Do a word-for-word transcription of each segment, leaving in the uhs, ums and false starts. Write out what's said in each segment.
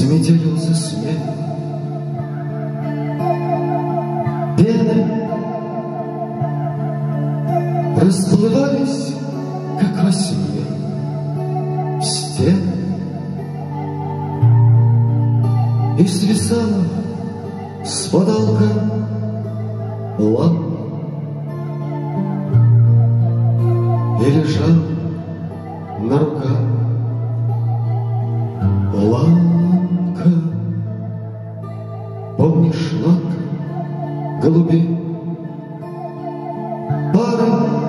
Сметелился снег, пены расплывались, как во сне, стены, и свисала с потолка лампа, и лежал на руках Ланка. Помнишь, Ланка, голубей, пары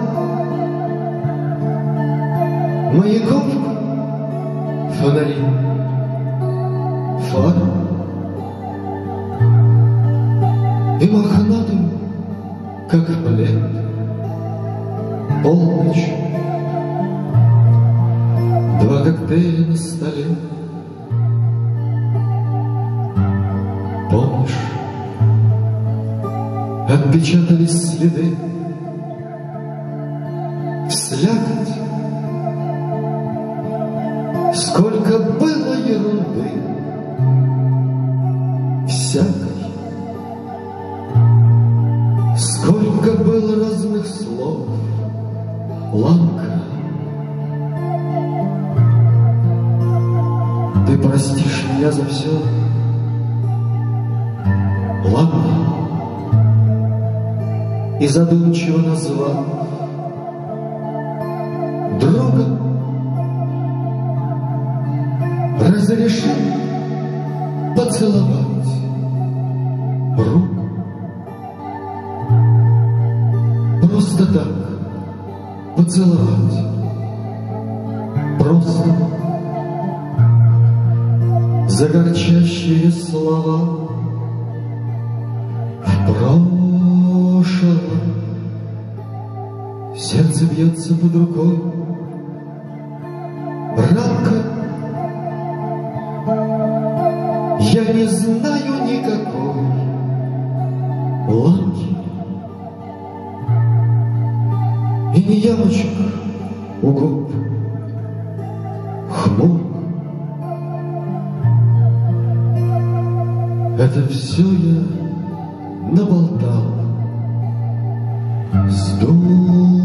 маяков, фонари, фары и мохнатым, как плед, полночь, два коктейля на столе. Помнишь, отпечатались следы в слякоть, сколько было ерунды всякой, сколько было разных слов, Ланка. Ты простишь меня за все, Ланка, и задумчиво назвав друга, разреши поцеловать руку. Просто так поцеловать, просто за горчащие слова прошлого. Сердце бьется под рукой, ранка. Я не знаю никакой Ланки, и не ямочек у губ хмур. Это все я наболтал с дум.